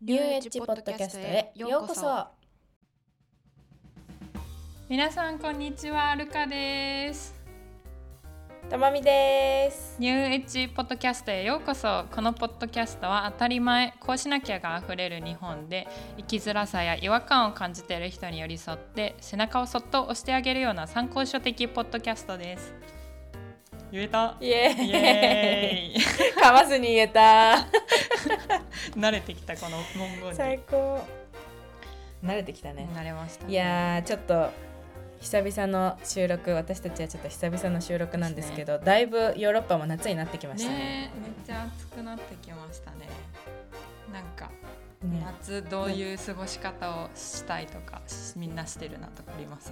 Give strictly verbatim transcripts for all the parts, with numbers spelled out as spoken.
ニューエッジポッドキャストへようこそ。 皆さんこんにちは、ルカです。 たまみです。 ニューエッジポッドキャストへようこそ。このポッドキャストは当たり前こうしなきゃがあふれる日本で生きづらさや違和感を感じている人に寄り添って背中をそっと押してあげるような参考書的ポッドキャストです。言えた？ イエーイ、 イエーイ噛まずに言えた慣れてきたこの文言に。 最高。慣れてきたね。 慣れましたね。 いやーちょっと久々の収録、私たちはちょっと久々の収録なんですけど、ね、だいぶヨーロッパも夏になってきました ね, ねめっちゃ暑くなってきましたね。なんか、 ね、 夏どういう過ごし方をしたいとか、ね、みんなしてるなとかあります？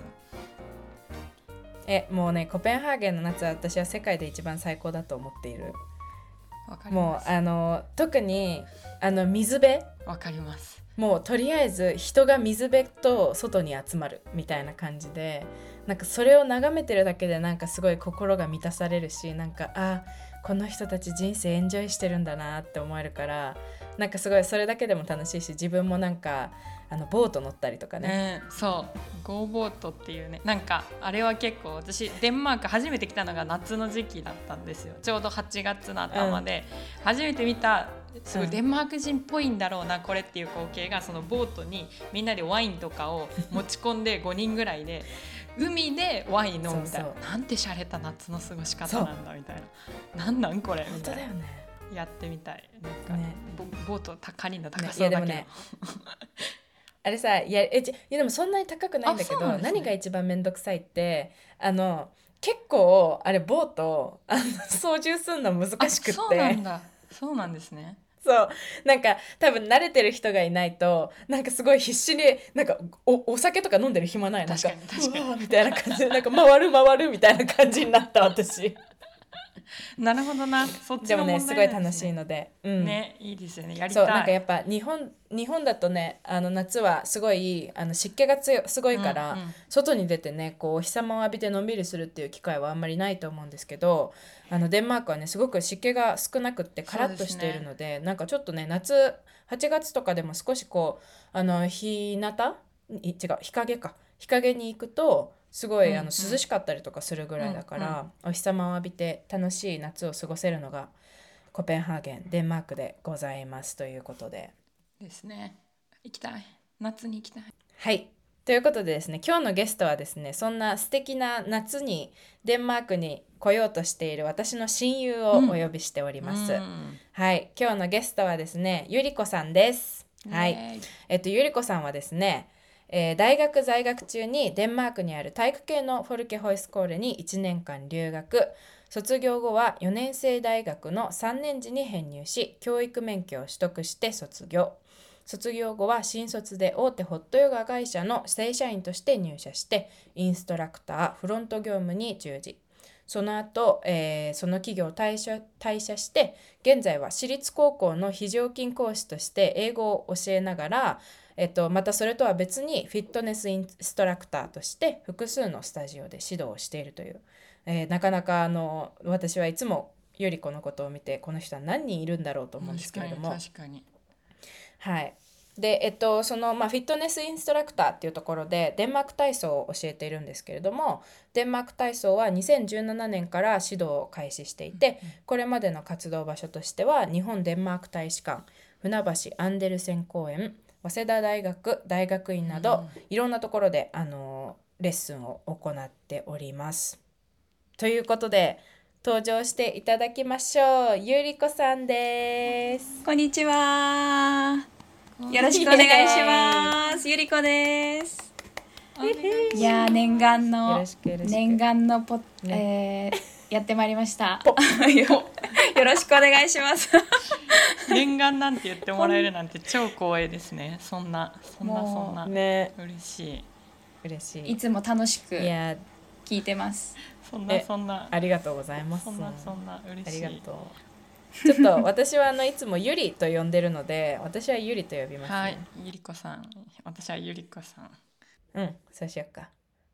えもうねコペンハーゲンの夏は私は世界で一番最高だと思っている。 わかります。 もうあの特にあの水辺、 わかります。 もうとりあえず人が水辺と外に集まるみたいな感じで、なんかそれを眺めてるだけでなんかすごい心が満たされるし、なんかあこの人たち人生エンジョイしてるんだなって思えるから、なんかすごいそれだけでも楽しいし、自分もなんかあのボート乗ったりとかね。 ねそうゴーボートっていうね、なんかあれは結構私デンマーク初めて来たのが夏の時期だったんですよ。ちょうどはちがつの頭で、うん、初めて見たすごいデンマーク人っぽいんだろうなこれっていう光景が、そのボートにみんなでワインとかを持ち込んでごにんぐらいで海でワイン飲むみたいな、そうそうなんて洒落た夏の過ごし方なんだみたいな、なんなんこれみたいな。本当だよね。やってみたい。なんか、ね、ボ, ボート高いの高そうだけど、ね、いやでもねあれさ、いや、えいやでもそんなに高くないんだけど、ね、何が一番めんどくさいってあの結構あれボートあの操縦するの難しくって。 そうなんだ。そうなんですね。 そうなんか多分慣れてる人がいないとなんかすごい必死になんか お, お酒とか飲んでる暇ない、なんか確かに確かにうわみたいな感じでなんか回る回るみたいな感じになった私なるほどな。そっちの問題なんですね。 でもねすごい楽しいので、うん、 ねいいですよね。やりたい。 そうなんかやっぱ日本日本だとねあの夏はすごいあの湿気が強すごいから、うんうん、外に出てねこうお日様を浴びてのんびりするっていう機会はあんまりないと思うんですけど、あのデンマークはねすごく湿気が少なくってカラッとしているの で, で、ね、なんかちょっとね夏はちがつとかでも少しこうあの日向違う日陰か日陰に行くとすごい、うんうん、あの涼しかったりとかするぐらいだから、うんうん、お日様を浴びて楽しい夏を過ごせるのがコペンハーゲンデンマークでございますということでですね。行きたい、夏に行きたい。 はいということでですね、今日のゲストはですね、そんな素敵な夏にデンマークに来ようとしている私の親友をお呼びしております、うん、はい今日のゲストはですねゆりこさんです。はいえっとゆりこさんはですね、えー、大学在学中にデンマークにある体育系のフォルケホイスコーレにいちねんかん留学、卒業後はよねん生大学のさんねん次に編入し教育免許を取得して卒業。卒業後は新卒で大手ホットヨガ会社の正社員として入社してインストラクターフロント業務に従事。その後、えー、その企業を退社、退社して現在は私立高校の非常勤講師として英語を教えながら、えっと、またそれとは別にフィットネスインストラクターとして複数のスタジオで指導をしているという、えー、なかなかあの私はいつもゆり子のことを見てこの人は何人いるんだろうと思うんですけれども、 確かに確かにはいでえっとそのまあ、フィットネスインストラクターっていうところでデンマーク体操を教えているんですけれども、デンマーク体操はにせんじゅうななねんから指導を開始していて、これまでの活動場所としては日本デンマーク大使館、船橋アンデルセン公園、早稲田大学大学院など、うん、いろんなところであのレッスンを行っております。ということで登場していただきましょう。ゆりこさんです。 こんにちは。よろしくお願いします。ゆりこです。いや念願のよろしくよろしく念願のポ、ねえー、やってまいりました。よろしくお願いします。 念願なんて言ってもらえるなんて超光栄ですね。そんなそんなそんな、 ね、 嬉しい嬉しい。 いつも楽しく聞いてます。 そんなそんなありがとうございます。 そんなそんな嬉しい。 ありがとう。ちょっと私はあのいつもゆりと呼んでるので私はゆりと呼びますね。 はい、ゆりこさん。私はゆりこさん。 うん、そうしよっか。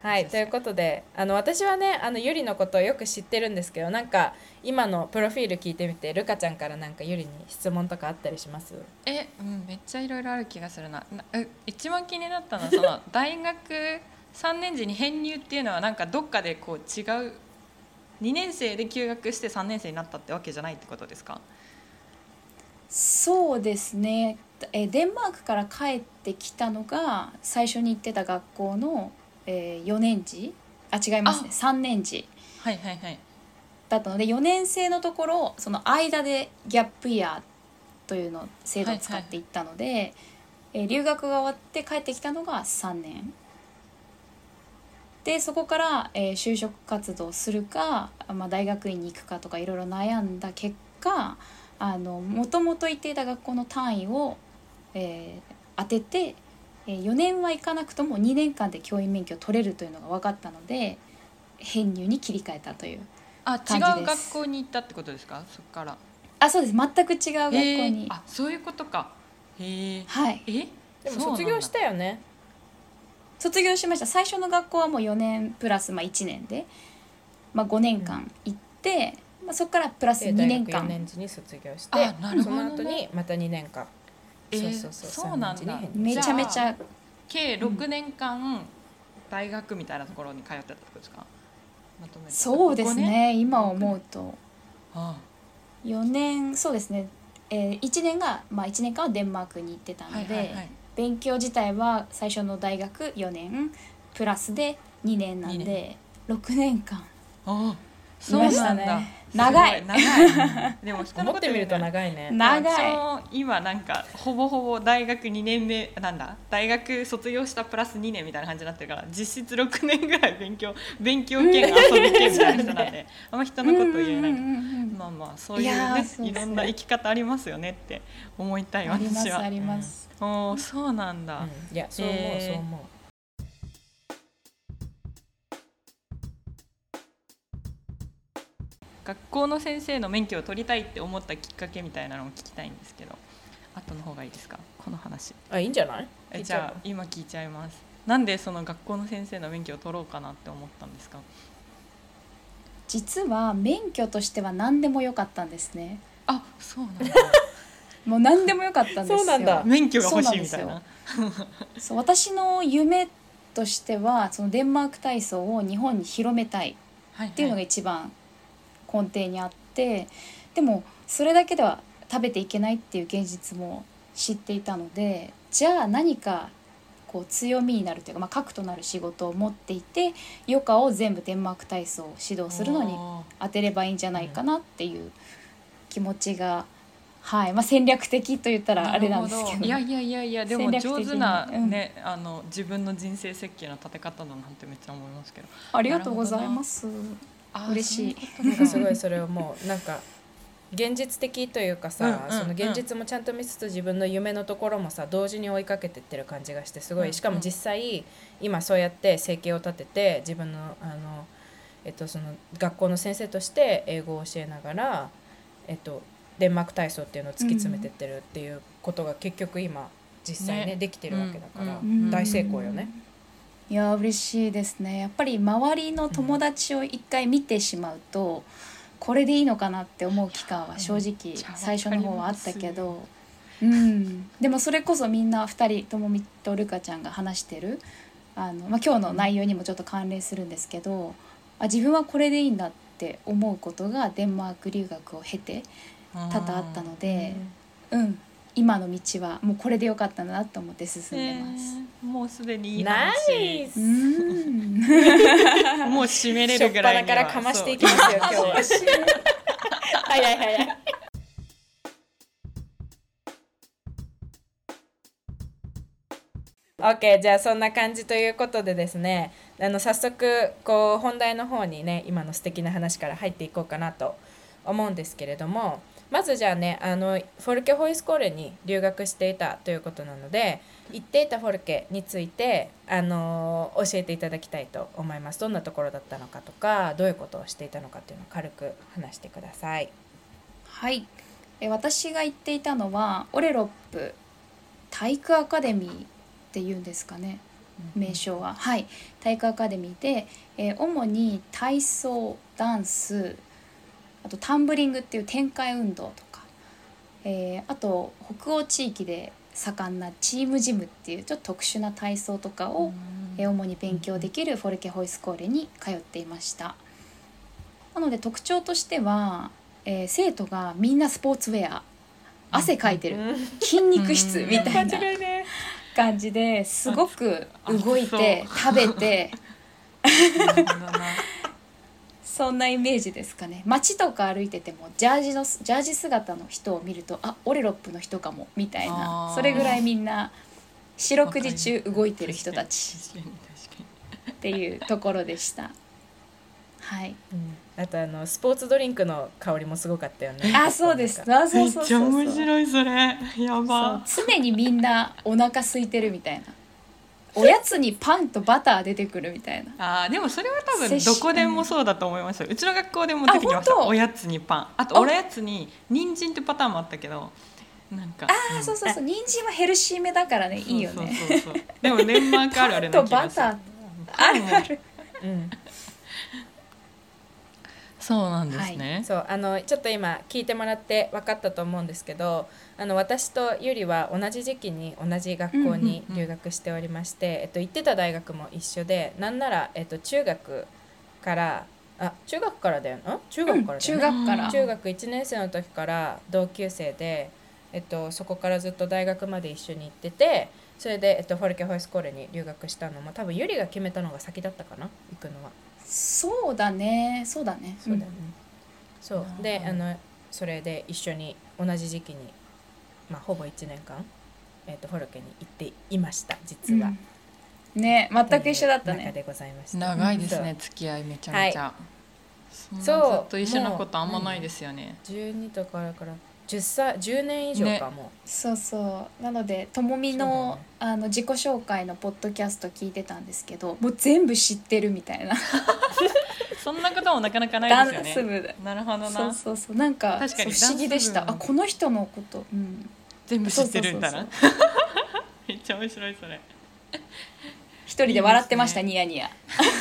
はい、ということであの私はねあのゆりのことをよく知ってるんですけど、なんか今のプロフィール聞いてみてルカちゃんからなんかゆりに質問とかあったりします？ え、うん、めっちゃいろいろある気がするな。なえ一番気になったのはその大学さんねん時に編入っていうのはなんかどっかでこう違うにねん生で休学してさんねん生になったってわけじゃないってことですか？ そうですね、えデンマークから帰ってきたのが最初に行ってた学校の、えー、よねん次あ違いますねさんねん次はいはいはい。 だったのでよねん生のところその間でギャップイヤーというの制度を使っていったので、はいはい、えー、留学が終わって帰ってきたのがさんねんで、そこから、えー、就職活動するか、まあ、大学院に行くかとかいろいろ悩んだ結果、あのもともと行っていた学校の単位を、えー、当てて、えー、よねんは行かなくともにねんかんで教員免許を取れるというのが分かったので編入に切り替えたという感じです。 あ、違う学校に行ったってことですか？そこから。 あ、そうです、全く違う学校に。 あ、そういうことか。へえ。 はい。 え、 でも卒業したよね。 卒業しました。最初の学校はもうよねんプラス、まあ、いちねんで、まあ、ごねんかん行って、うん、まあ、そこからプラスにねんかんよねん時に卒業して、あ、なるほどね、その後にまたにねんかん、 えー、そうそうそう、そうなんだ。 めちゃめちゃ計ろくねんかん大学みたいなところに通ってたってことですか？まとめて。 そうですね、今思うと、 ああ、 よねん、そうですね、えー、いちねんが、まあ、いちねんかんはデンマークに行ってたので、はいはいはい、勉強自体は最初の大学よねんプラスでにねんなんでろくねんかん。 ああ、そうなんだ。 長い長いでも人の思ってみると長いね。 長い。今なんかほぼほぼ大学にねんめなんだ大学卒業したプラスにねんみたいな感じになってるから実質ろくねんぐらい勉強勉強兼遊び兼みたいな人なんであんま人のこと言えない、うんうんうん、まあまあそういうね、い, いろんな生き方ありますよねって思いたい。私はあります、 うん、おそうなんだ、 うん、いやそう思う、えー、そう思う。 学校の先生の免許を取りたいって思ったきっかけみたいなのを聞きたいんですけど、後の方がいいですか、この話。 あ、いいんじゃない？ えじゃあ今聞いちゃいます。なんでその学校の先生の免許を取ろうかなって思ったんですか？ 実は免許としては何でもよかったんですね。 あ、そうなんだもう何でもよかったんですよ。 そうなんだ。 免許が欲しいみたいな。 そう、私の夢としてはそのデンマーク体操を日本に広めたいっていうのが一番根底にあって、はいはい、でもそれだけでは食べていけないっていう現実も知っていたので、じゃあ何かこう強みになるというか、まあ、核となる仕事を持っていて余暇を全部デンマーク体操を指導するのに当てればいいんじゃないかなっていう気持ちが、はい、まあ、戦略的と言ったらあれなんですけど、 いやいやいやいやでも上手な、ね、うん、あの自分の人生設計の立て方だなんてめっちゃ思いますけど。 ありがとうございます。嬉しい。 なんかすごいそれをもうなんか現実的というかさ、うんうんうん、その現実もちゃんと見つつ自分の夢のところもさ同時に追いかけてってる感じがしてすごい、しかも実際今そうやって生計を立てて自分のあの、えっと、その学校の先生として英語を教えながら、えっと、デンマーク体操っていうのを突き詰めてってるっていうことが結局今実際ね、ねできてるわけだから、うん、大成功よね。 いや嬉しいですね。やっぱり周りの友達を一回見てしまうと、うん、これでいいのかなって思う期間は正直最初の方はあったけど、うん、でもそれこそみんなふたりともみとルカちゃんが話してるあの、まあ、今日の内容にもちょっと関連するんですけど、あ自分はこれでいいんだって思うことがデンマーク留学を経て多々あったので、うん、うん今の道はもうこれでよかったなと思って進んでます、 えー、もうすでにいい話。ナイス。 うんもう締めれるぐらいには。 しょっぱなからかましていきますよ今日は。早い早い。OK じゃあそんな感じということでですね、あの早速こう本題の方にね今の素敵な話から入っていこうかなと思うんですけれども、まずじゃあねあのフォルケホイスコーレに留学していたということなので行っていたフォルケについてあの教えていただきたいと思います。どんなところだったのかとかどういうことをしていたのかっていうのを軽く話してください。 はい、え私が行っていたのはオレロップ体育アカデミーっていうんですかね、 名称は、はい、体育アカデミーで、えー主に体操、ダンス、あとタンブリングっていう転回運動とか、えーあと北欧地域で盛んなチームジムっていうちょっと特殊な体操とかを、えー主に勉強できるフォルケホイスコーレに通っていました。なので特徴としては、えー生徒がみんなスポーツウェア、汗かいてる、 うん筋肉質みたいな間違いね感じですごく動いて食べてなるほどな。 そんなイメージですかね。街とか歩いててもジャージのジャージ姿の人を見ると、あ、オレロップの人かもみたいな、 あーそれぐらいみんな四六時中動いてる人たち確かに確かにっていうところでした。はい。 うん、あとあのスポーツドリンクの香りもすごかったよね。 あ、そうです。 なんかあ、そうそうそうそう。 めっちゃ面白いそれ。やば。 そう常にみんなお腹空いてるみたいな。おやつにパンとバター出てくるみたいな。 あーでもそれは多分摂取どこでもそうだと思いますよ。うちの学校でも出てきました。 あ本当おやつにパン、あとおやつに人参ってパターンもあったけど、なんかあ、そうそうそう。人参はヘルシーめだからね、いいよね。 そうそうそうそう。でもデンマークあるあるな気がする。 パンとバターあるある。 うんそうなんですね。 そうあのちょっと今聞いてもらって分かったと思うんですけど、あの私とゆりは同じ時期に同じ学校に留学しておりまして、えっと、行ってた大学も一緒で、なんなら、えっと、中学からあ中学からだよな中学からだよね、 うん中学から中学いちねん生の時から同級生で、えっと、そこからずっと大学まで一緒に行ってて、それで、えっと、フォルケホイスコーレに留学したのも多分ゆりが決めたのが先だったかな、行くのは。 そうだね、そうだね。 そうだよね、そううんであのそれで一緒に同じ時期に、まあ、ほぼいちねんかん、えー、とフォルケに行っていました実は、 うんね、全く一緒だったね。 中でございました。 長いですそうね、付き合いめちゃめちゃ。そんなずそうっと一緒なことあんまないですよね。 じゅうにとかだからじゅっさいじゅうねん以上かねも、 そうそう。なのでともみそうだの、 ねあの自己紹介のポッドキャスト聞いてたんですけど、もう全部知ってるみたいな。 そんなこともなかなかなダンいですよね。 ス部で。 なるほどな。 そうそうそう。なんか確かにそう不思議でした。 ダンス部あ、この人のこと、うん、 全部知ってるんだな。 そうめっちゃ面白いそれ。 一人で笑ってました、 いいニヤニヤ。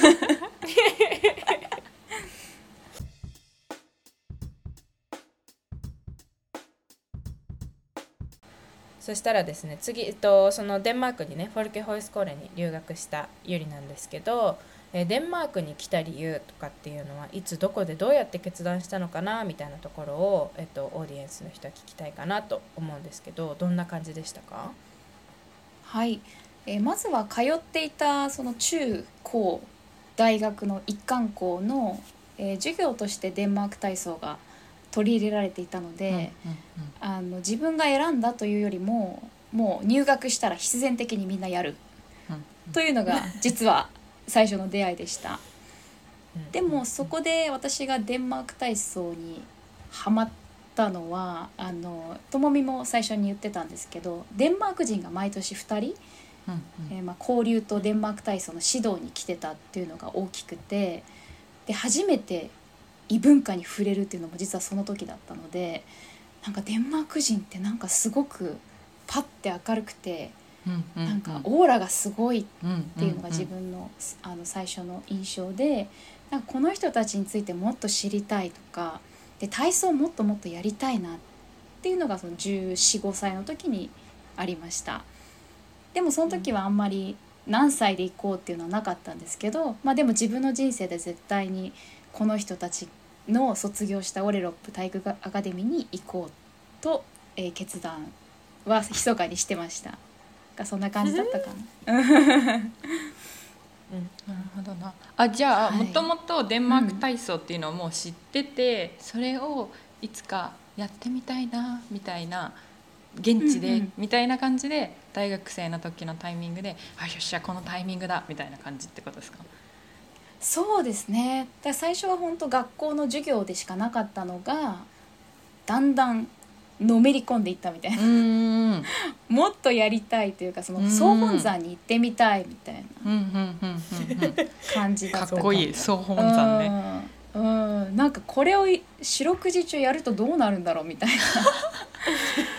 そしたらですね次、えっと、そのデンマークにねフォルケホイスコーレに留学したゆりなんですけど、えーデンマークに来た理由とかっていうのはいつどこでどうやって決断したのかなみたいなところを、えっと、オーディエンスの人は聞きたいかなと思うんですけど、どんな感じでしたか？ はい、えーまずは通っていたその中高大学の一貫校の、えー授業としてデンマーク体操が取り入れられていたので、 うんうんあの自分が選んだというよりももう入学したら必然的にみんなやるうんというのが実は最初の出会いでした。 うんでもそこで私がデンマーク体操にハマったのは、あのともみも最初に言ってたんですけど、デンマーク人が毎年ふたり、 うんうんえーまあ、交流とデンマーク体操の指導に来てたっていうのが大きくて、で初めて異文化に触れるっていうのも実はその時だったので、なんかデンマーク人ってなんかすごくパッて明るくて、 うんうんなんかオーラがすごいっっていうのが自分の、あの最初の印象で、なんかこの人たちについてもっと知りたいとかで、体操をもっともっとやりたいなっていうのがそのじゅうよん、ごさいの時にありました。でもその時はあんまり何歳で行こうっていうのはなかったんですけど、まあ、でも自分の人生で絶対にこの人たちの卒業したオレロップ体育アカデミーに行こうと、えー決断は密かにしてましたが、そんな感じだったかな。 なるほどな。あ、じゃあはいもともとデンマーク体操っていうのをもう知ってて、それをいつかやってみたいなみたいな、現地でうんうんみたいな感じで大学生の時のタイミングで、あ、よっしゃこのタイミングだみたいな感じってことですか？ そうですね。だから最初は本当学校の授業でしかなかったのが、だんだんのめり込んでいったみたいな。 うーんもっとやりたいというか、そのうん総本山に行ってみたいみたいなうんうんうんうんうん感じだかったっこいい総本山ね。 うんうん、なんかこれを四六時中やるとどうなるんだろうみたいな。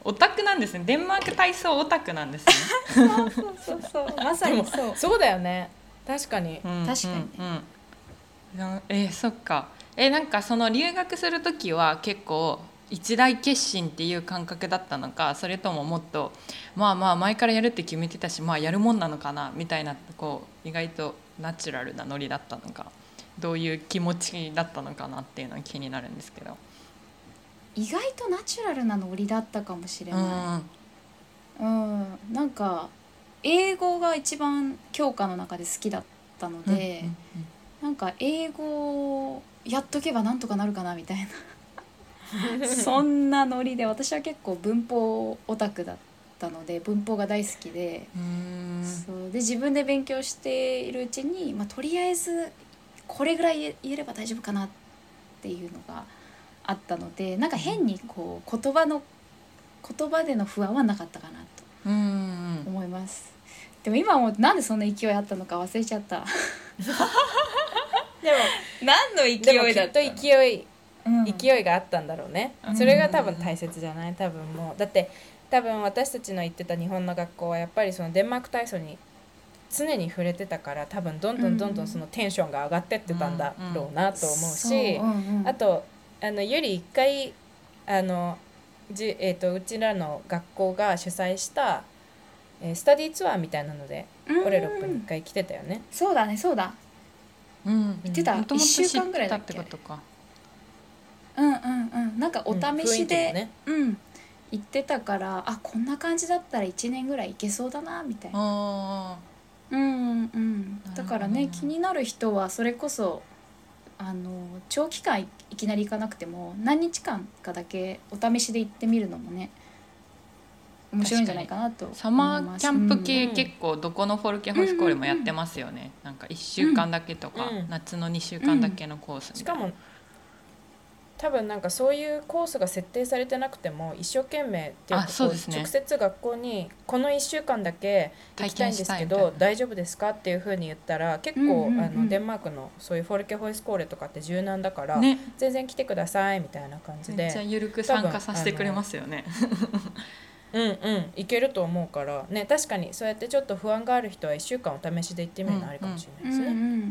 オタクなんですね。デンマーク体操オタクなんですね。 そうそうそうそうまさにそう。 そうだよね、確かに、 うん、 確かにね、 うんうん、えー、そっか。えなんかその留学する時は結構一大決心っていう感覚だったのか、それとももっとまあまあ前からやるって決めてたし、まあやるもんなのかなみたいな、こう意外とナチュラルなノリだったのか、どういう気持ちだったのかなっていうのが気になるんですけど。 意外とナチュラルなノリだったかもしれない、うん、なんか英語が一番教科の中で好きだったので、うんうんうん、なんか英語やっとけばなんとかなるかなみたいなそんなノリで、私は結構文法オタクだったので文法が大好きで、うーん、そうで自分で勉強しているうちに、まあ、とりあえずこれぐらい言えれば大丈夫かなっていうのがあったので、なんか変にこう言葉の言葉での不安はなかったかなと思います。でも今もなんでそんな勢いあったのか忘れちゃったでも何の勢いだったの？ でもきっと勢い、うん、勢いがあったんだろうね、うん、それが多分大切じゃない？多分もうだって多分私たちの行ってた日本の学校はやっぱりそのデンマーク体操に常に触れてたから、多分どんどんどんどんそのテンションが上がってってたんだろうなと思うし、うんうん、あとあのゆり一回あのじ、えー、とうちらの学校が主催した、えー、スタディツアーみたいなのでオレロップに一回来てたよね。 そうだねそうだ、 うん、 行ってた、いっしゅうかんぐらいだっけ。 ってことか。 うんうんうん、なんかお試しで、うんね、うん、行ってたから、あこんな感じだったらいちねんぐらい行けそうだなみたいな。あうんうん、だからね気になる人はそれこそあの長期間いきなり行かなくても何日間かだけお試しで行ってみるのもね面白いんじゃないかなと思います。 サマーキャンプ系、うん、結構どこのフォルケホイスコーレもやってますよね、うんうんうん、なんかいっしゅうかんだけとか、うん、夏のにしゅうかんだけのコースみたいな、うん、しかも多分なんかそういうコースが設定されてなくても一生懸命っていうか、そうですね、直接学校にこのいっしゅうかんだけ行きたいんですけど大丈夫ですかっていう風に言ったら結構、うんうんうん、あのデンマークのそういうフォルケホイスコーレとかって柔軟だから、ね、全然来てくださいみたいな感じでめっちゃ緩く参加させてくれますよねうんうんいけると思うからね。確かにそうやってちょっと不安がある人はいっしゅうかんお試しで行ってみるのありかもしれないですね、うんうんうんうん。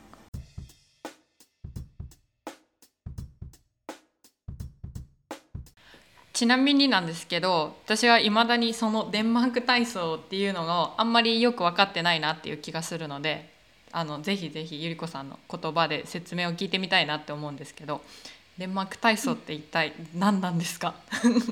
ちなみになんですけど、私はいまだにそのデンマーク体操っていうのがあんまりよく分かってないなっていう気がするので、あのぜひぜひゆりこさんの言葉で説明を聞いてみたいなって思うんですけど、デンマーク体操って一体何なんですか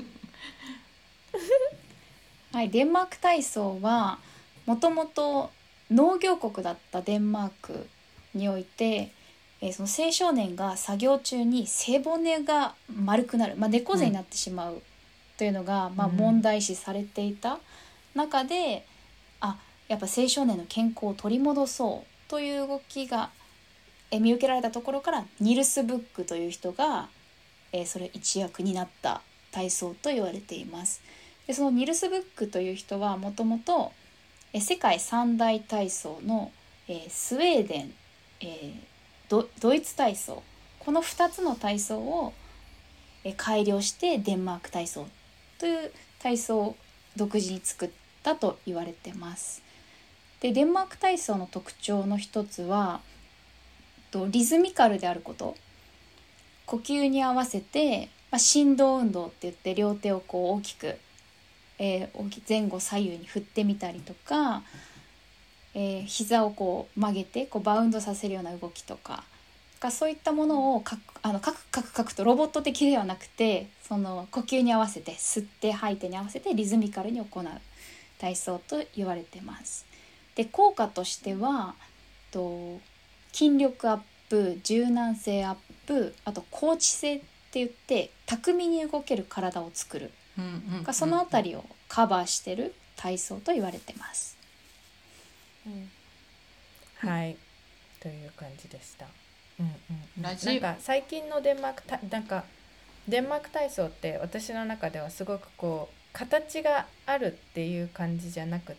はい、デンマーク体操はもともと農業国だったデンマークにおいて、えー、その青少年が作業中に背骨が丸くなる、まあ、猫背になってしまうというのが、うんまあ、問題視されていた中で、うん、あやっぱ青少年の健康を取り戻そうという動きが、えー、見受けられたところからニルス・ブックという人が、えー、それ一役になった体操と言われています。でそのニルス・ブックという人はもともと世界三大体操の、えー、スウェーデン、えー、ド, ドイツ体操、このふたつの体操を、えー、改良してデンマーク体操という体操を独自に作ったと言われてます。でデンマーク体操の特徴の一つはとリズミカルであること、呼吸に合わせて、まあ、振動運動って言って両手をこう大きくえー、前後左右に振ってみたりとか、えー、膝をこう曲げてこうバウンドさせるような動きとか、そういったものをカクあのカクカクカクとロボット的ではなくて、その呼吸に合わせて吸って吐いてに合わせてリズミカルに行う体操と言われてます。で効果としてはと筋力アップ、柔軟性アップ、あと高知性って言って巧みに動ける体を作る、うんうんうん、そのあたりをカバーしてる体操と言われてます、 うん、はい、という感じでした、うんうん、なんか最近のデンマークたなんかデンマーク体操って私の中ではすごくこう形があるっていう感じじゃなくって、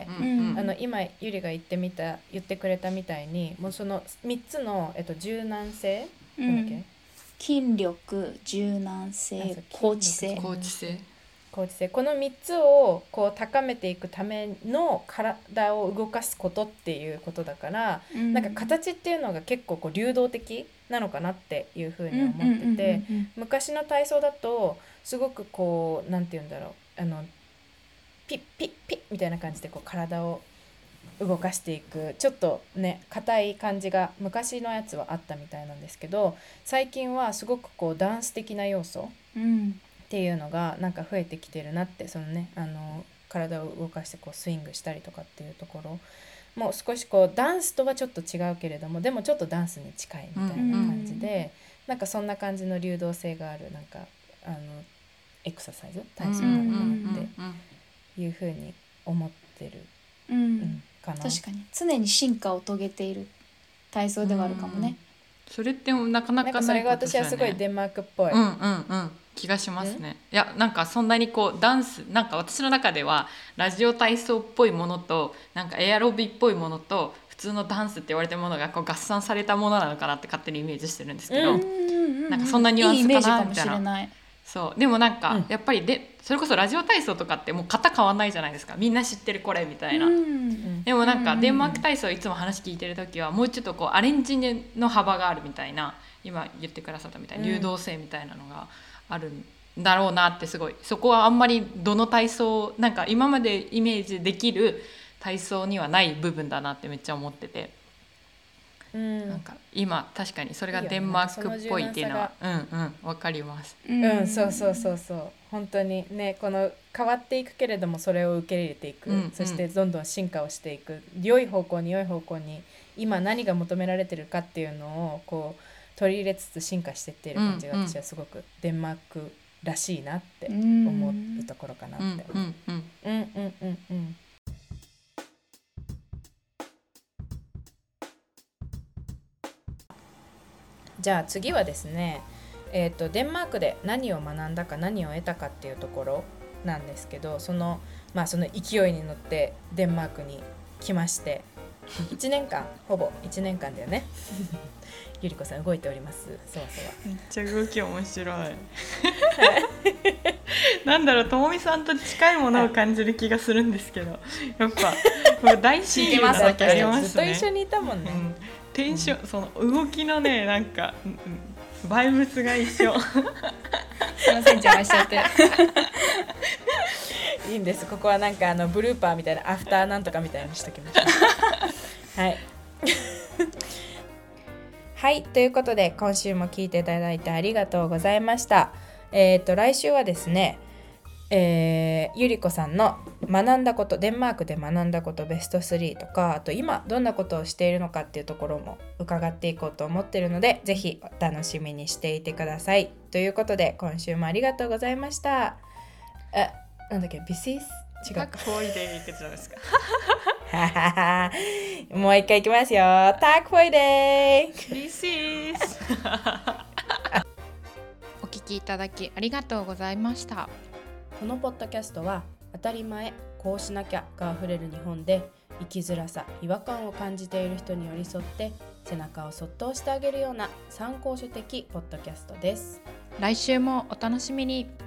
うんうん、あの今ゆりが言ってみた言ってくれたみたいにもうそのみっつの、えっと、柔軟性、うん、なんだっけ、 筋力、柔軟性、高知性高知性高知性、このみっつをこう高めていくための体を動かすことっていうことだから、うん、なんか形っていうのが結構こう流動的なのかなっていうふうに思ってて、昔の体操だとすごくこうなんていうんだろう、あのピッピッピッみたいな感じでこう体を動かしていくちょっとね硬い感じが昔のやつはあったみたいなんですけど、最近はすごくこうダンス的な要素っていうのがなんか増えてきてるなって、そのねあの体を動かしてこうスイングしたりとかっていうところもう少しこうダンスとはちょっと違うけれども、でもちょっとダンスに近いみたいな感じで、なんかそんな感じの流動性があるなんかあのエクササイズ体操なのかなっていうふうに思ってる、 うんうんかな。確かに常に進化を遂げている体操ではあるかもね。 それってなかなかないことですよね。なんかそれが私はすごいデンマークっぽい、 うんうんうん、気がしますね。いやなんかそんなにこうダンスなんか私の中ではラジオ体操っぽいものとなんかエアロビっぽいものと普通のダンスって言われてるものがこう合算されたものなのかなって勝手にイメージしてるんですけど、うん、なんかそんなニュアンスかなみたいな。いいイメージかもしれない。そうでもなんか、うん、やっぱりでそれこそラジオ体操とかってもう型変わんないじゃないですか、みんな知ってるこれみたいな、うん、でもなんかデンマーク体操いつも話聞いてる時はもうちょっとこうアレンジの幅があるみたいな、今言ってくださったみたいな流動性みたいなのがあるんだろうなって、すごいそこはあんまりどの体操なんか今までイメージできる体操にはない部分だなってめっちゃ思ってて、うん、なんか今確かにそれがデンマークっぽいっていうのはうんうん分かります、 うん、うん、そうそうそうそう、本当にねこの変わっていくけれどもそれを受け入れていく、うんうん、そしてどんどん進化をしていく、良い方向に良い方向に今何が求められてるかっていうのをこう取り入れつつ進化していっている感じが、私はすごくデンマークらしいなって思うところかなって思う。うんうんうんうんうん。じゃあ次はですね、えーと、デンマークで何を学んだか何を得たかっていうところなんですけど、その、まあ、その勢いに乗ってデンマークに来ましていちねんかんほぼいちねんかんだよねゆりこさん動いております。そわそわめっちゃ動き面白いなんだろう、ともみさんと近いものを感じる気がするんですけど、やっぱもう大親友なだけありますね。 ずっと一緒にいたもんね、うん、 テンション、うん、その動きのねなんか、うん、バイブスが一緒すいません邪魔しちゃっていいんです、ここはなんかあのブルーパーみたいなアフターなんとかみたいにしときましたはいはい、ということで今週も聞いていただいてありがとうございました。えーと来週はですね、えー、ゆりこさんの学んだこと、デンマークで学んだことベストスリーとか、あと今どんなことをしているのかっていうところも伺っていこうと思っているので、ぜひお楽しみにしていてください。ということで今週もありがとうございました。あ、なんだっけ、ビシス違う。 タックフォイデーいくつですかもう一回いきますよ。タックフォイデービシスお聞きいただきありがとうございました。 このポッドキャストは当たり前、こうしなきゃがあふれる日本で生きづらさ、違和感を感じている人に寄り添って背中をそっと押してあげるような参考書的ポッドキャストです。 来週もお楽しみに。